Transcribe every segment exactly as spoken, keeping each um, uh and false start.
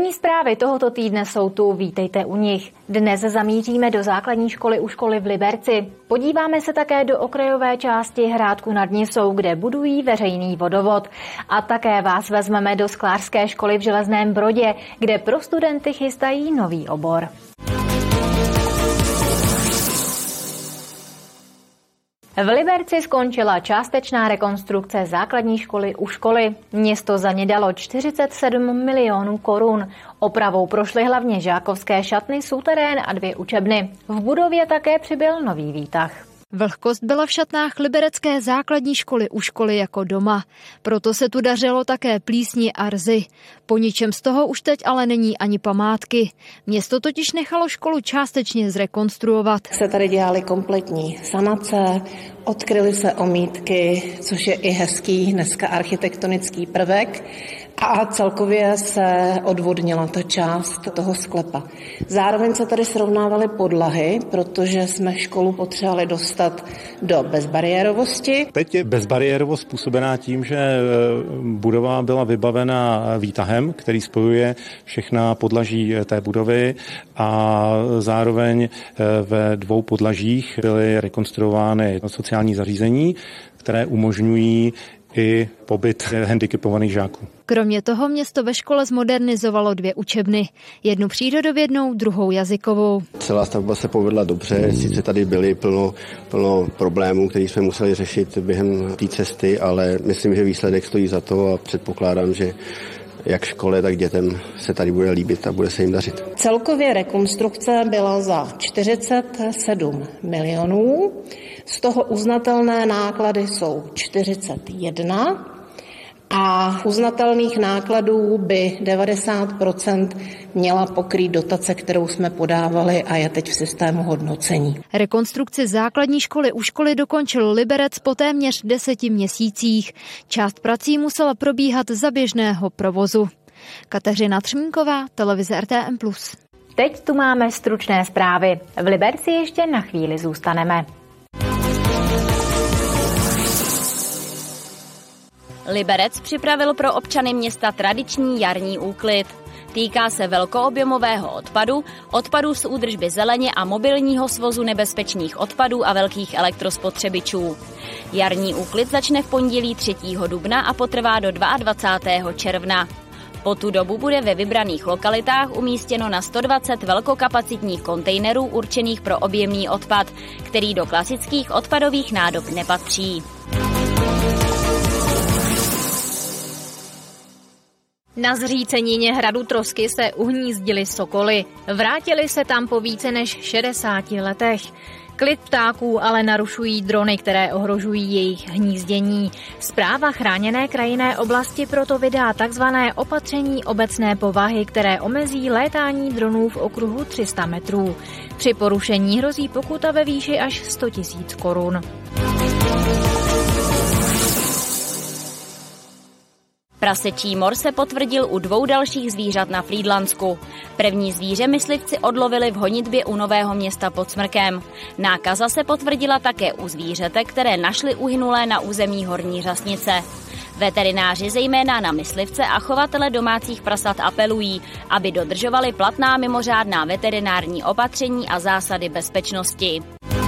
První zprávy tohoto týdne jsou tu, vítejte u nich. Dnes zamíříme do základní školy u školy v Liberci. Podíváme se také do okrajové části Hrádku nad Nisou, kde budují veřejný vodovod. A také vás vezmeme do sklářské školy v Železném Brodě, kde pro studenty chystají nový obor. V Liberci skončila částečná rekonstrukce základní školy u školy. Město za ně dalo čtyřicet sedm milionů korun. Opravou prošly hlavně žákovské šatny, suterén a dvě učebny. V budově také přibyl nový výtah. Vlhkost byla v šatnách liberecké základní školy u školy jako doma. Proto se tu dařilo také plísni a rzy. Po ničem z toho už teď ale není ani památky. Město totiž nechalo školu částečně zrekonstruovat. Se tady dělaly kompletní sanace, odkryly se omítky, což je i hezký dneska architektonický prvek. A celkově se odvodnila ta část toho sklepa. Zároveň se tady srovnávaly podlahy, protože jsme školu potřebovali dostat do bezbariérovosti. Teď je bezbariérovost způsobená tím, že budova byla vybavena výtahem, který spojuje všechna podlaží té budovy a zároveň ve dvou podlažích byly rekonstruovány sociální zařízení, které umožňují i pobyt handicapovaných žáků. Kromě toho město ve škole zmodernizovalo dvě učebny. Jednu přírodovědnou, druhou jazykovou. Celá stavba se povedla dobře, sice tady byly plno, plno problémů, které jsme museli řešit během té cesty, ale myslím, že výsledek stojí za to a předpokládám, že jak škole, tak dětem se tady bude líbit a bude se jim dařit. Celkově rekonstrukce byla za čtyřicet sedm milionů, z toho uznatelné náklady jsou čtyřicet jedna a uznatelných nákladů by devadesát procent měla pokrýt dotace, kterou jsme podávali a je teď v systému hodnocení. Rekonstrukci základní školy u školy dokončil Liberec po téměř deseti měsících. Část prací musela probíhat za běžného provozu. Kateřina Třmínková, televize R T M plus. Teď tu máme stručné zprávy. V Liberci ještě na chvíli zůstaneme. Liberec připravil pro občany města tradiční jarní úklid. Týká se velkoobjemového odpadu, odpadů z údržby zeleně a mobilního svozu nebezpečných odpadů a velkých elektrospotřebičů. Jarní úklid začne v pondělí třetího dubna a potrvá do dvacátého druhého června. Po tu dobu bude ve vybraných lokalitách umístěno na sto dvacet velkokapacitních kontejnerů určených pro objemný odpad, který do klasických odpadových nádob nepatří. Na zřícenině hradu Trosky se uhnízdili sokoly. Vrátili se tam po více než šedesáti letech. Klid ptáků ale narušují drony, které ohrožují jejich hnízdění. Správa chráněné krajinné oblasti proto vydá takzvané opatření obecné povahy, které omezí létání dronů v okruhu tři sta metrů. Při porušení hrozí pokuta ve výši až sto tisíc korun. Prasečí mor se potvrdil u dvou dalších zvířat na Frýdlansku. První zvíře myslivci odlovili v honitbě u Nového Města pod Smrkem. Nákaza se potvrdila také u zvířete, které našli uhynulé na území Horní Řasnice. Veterináři zejména na myslivce a chovatele domácích prasat apelují, aby dodržovali platná mimořádná veterinární opatření a zásady bezpečnosti.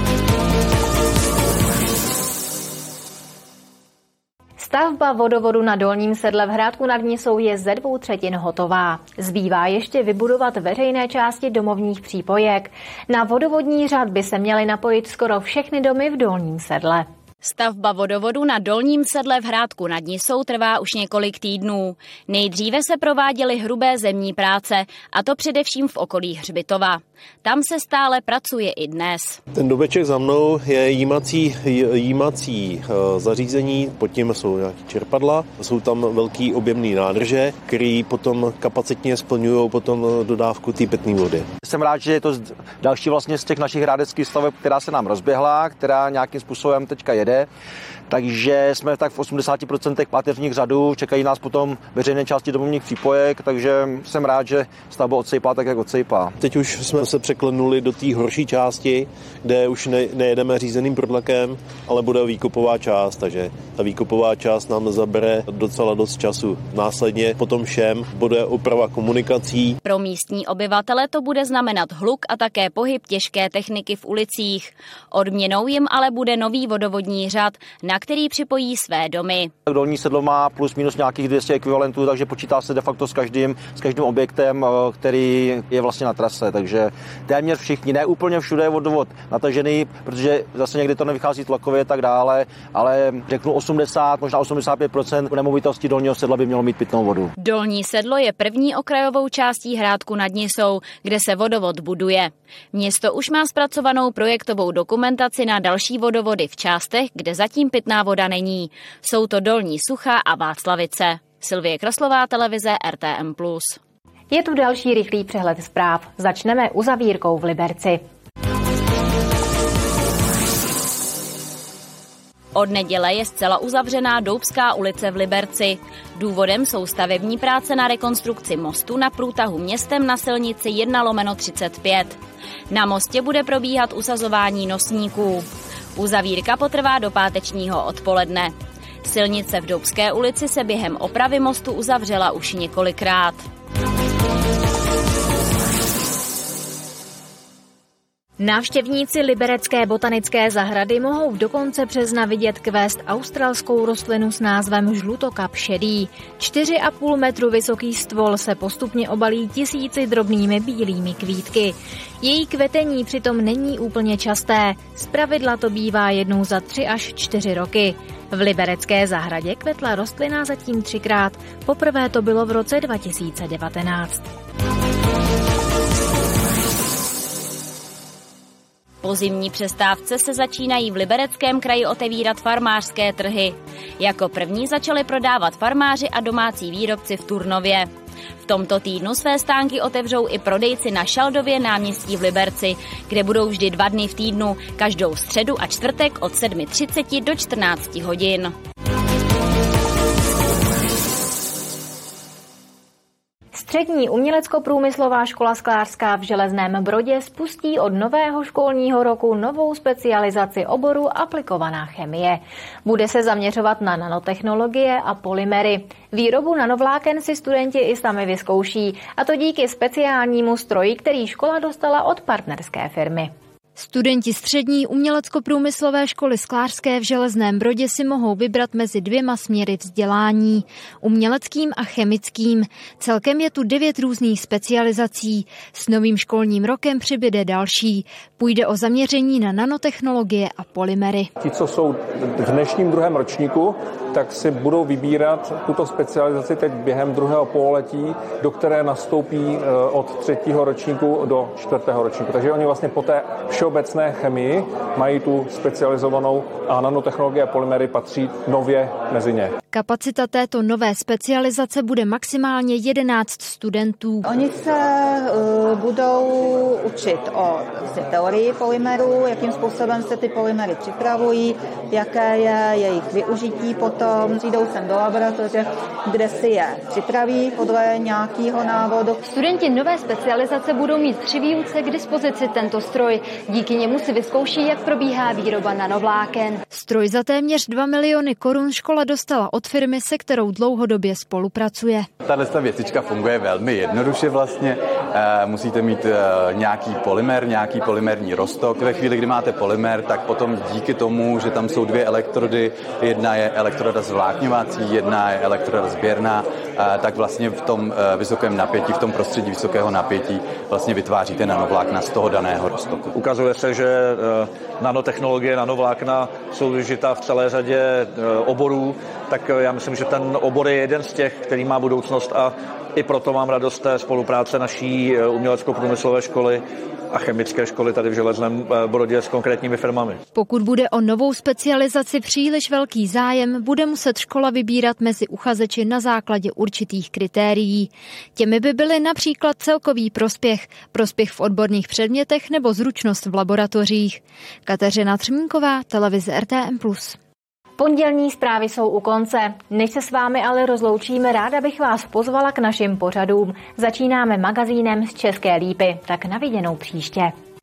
Stavba vodovodu na Dolním Sedle v Hrádku nad Nisou je ze dvou třetin hotová. Zbývá ještě vybudovat veřejné části domovních přípojek. Na vodovodní řád by se měly napojit skoro všechny domy v Dolním Sedle. Stavba vodovodu na Dolním Sedle v Hrádku nad Nisou trvá už několik týdnů. Nejdříve se prováděly hrubé zemní práce, a to především v okolí Hřbitova. Tam se stále pracuje i dnes. Ten domeček za mnou je jímací, jímací zařízení, pod tím jsou nějaké čerpadla, jsou tam velký objemný nádrže, který potom kapacitně splňují potom dodávku té pitné vody. Jsem rád, že je to další vlastně z těch našich hrádeckých staveb, která se nám rozběhla, která nějakým způsobem teďka jede. kraje. Takže jsme tak v osmdesáti procentech páteřních řadů, čekají nás potom veřejné části domovních přípojek, takže jsem rád, že stavba odsejpá tak, jak odsejpá. Teď už jsme se překlenuli do té horší části, kde už ne, nejedeme řízeným prodlakem, ale bude výkopová část, takže ta výkopová část nám zabere docela dost času. Následně potom všem bude oprava komunikací. Pro místní obyvatele to bude znamenat hluk a také pohyb těžké techniky v ulicích. Odměnou jim ale bude nový vodovodní řad, na který připojí své domy. Dolní Sedlo má plus minus nějakých dvě stě ekvivalentů, takže počítá se de facto s každým, s každým objektem, který je vlastně na trase. Takže téměř všichni, ne úplně všude je vodovod natažený, protože zase někdy to nevychází tlakově a tak dále, ale řeknu osmdesát, možná osmdesát pět procent nemovitostí Dolního Sedla by mělo mít pitnou vodu. Dolní Sedlo je první okrajovou částí Hrádku nad Nisou, kde se vodovod buduje. Město už má zpracovanou projektovou dokumentaci na další vodovody v částech, kde zatím pitná voda není. Jsou to Dolní Suchá a Václavice. Sylvie Kraslová, televize R T M plus. Je tu další rychlý přehled zpráv. Začneme uzavírkou v Liberci. Od neděle je zcela uzavřená Doubská ulice v Liberci. Důvodem jsou stavební práce na rekonstrukci mostu na průtahu městem na silnici jedna lomeno třicet pět. Na mostě bude probíhat usazování nosníků. Uzavírka potrvá do pátečního odpoledne. Silnice v Doubské ulici se během opravy mostu uzavřela už několikrát. Návštěvníci Liberecké botanické zahrady mohou do konce března vidět kvést australskou rostlinu s názvem žlutokap šedý. čtyři a půl metru vysoký stvol se postupně obalí tisíci drobnými bílými kvítky. Její kvetení přitom není úplně časté, zpravidla to bývá jednou za tři až čtyři roky. V Liberecké zahradě kvetla rostlina zatím třikrát, poprvé to bylo v roce dva tisíce devatenáct. Po zimní přestávce se začínají v Libereckém kraji otevírat farmářské trhy. Jako první začali prodávat farmáři a domácí výrobci v Turnově. V tomto týdnu své stánky otevřou i prodejci na Šaldově náměstí v Liberci, kde budou vždy dva dny v týdnu, každou středu a čtvrtek od sedm třicet do čtrnáct hodin. Střední umělecko-průmyslová škola sklářská v Železném Brodě spustí od nového školního roku novou specializaci oboru aplikovaná chemie. Bude se zaměřovat na nanotechnologie a polymery. Výrobu nanovláken si studenti i sami vyzkouší, a to díky speciálnímu stroji, který škola dostala od partnerské firmy. Studenti střední umělecko-průmyslové školy sklářské v Železném Brodě si mohou vybrat mezi dvěma směry vzdělání, uměleckým a chemickým. Celkem je tu devět různých specializací. S novým školním rokem přibyde další. Půjde o zaměření na nanotechnologie a polymery. Ti, co jsou v dnešním druhém ročníku, tak si budou vybírat tuto specializaci teď během druhého pololetí, do které nastoupí od třetího ročníku do čtvrtého ročníku. Takže oni vlastně po té všeobecné chemii mají tu specializovanou a nanotechnologie a polymery patří nově mezi ně. Kapacita této nové specializace bude maximálně jedenáct studentů. Oni se uh, budou učit o teorii polymerů, jakým způsobem se ty polymery připravují, jaké je jejich využití potom. Přijdou sem do laboratoře, kde si je připraví podle nějakého návodu. Studenti nové specializace budou mít při výuce k dispozici tento stroj. Díky němu si vyzkouší, jak probíhá výroba nanovláken. Stroj za téměř dva miliony korun škola dostala od firmy, se kterou dlouhodobě spolupracuje. Tato věcička funguje velmi jednoduše vlastně. E, musíte mít e, nějaký polymer, nějaký polymerní roztok. Ve chvíli, kdy máte polymer, tak potom díky tomu, že tam jsou dvě elektrody, jedna je elektroda zvlákňovací, jedna je elektroda sběrná, e, tak vlastně v tom e, vysokém napětí, v tom prostředí vysokého napětí vlastně vytváříte nanovlákna z toho daného roztoku. Ukazuje se, že e, nanotechnologie, nanovlákna jsou využita v celé řadě e, oborů, tak já myslím, že ten obor je jeden z těch, který má budoucnost, a i proto mám radost té spolupráce naší umělecko-průmyslové školy a chemické školy tady v Železném Brodě s konkrétními firmami. Pokud bude o novou specializaci příliš velký zájem, bude muset škola vybírat mezi uchazeči na základě určitých kritérií. Těmi by byly například celkový prospěch, prospěch v odborných předmětech nebo zručnost v laboratořích. Kateřina Třmínková, televize R T M plus. Pondělní zprávy jsou u konce. Než se s vámi ale rozloučíme, ráda bych vás pozvala k našim pořadům. Začínáme magazínem z České Lípy, tak na viděnou příště.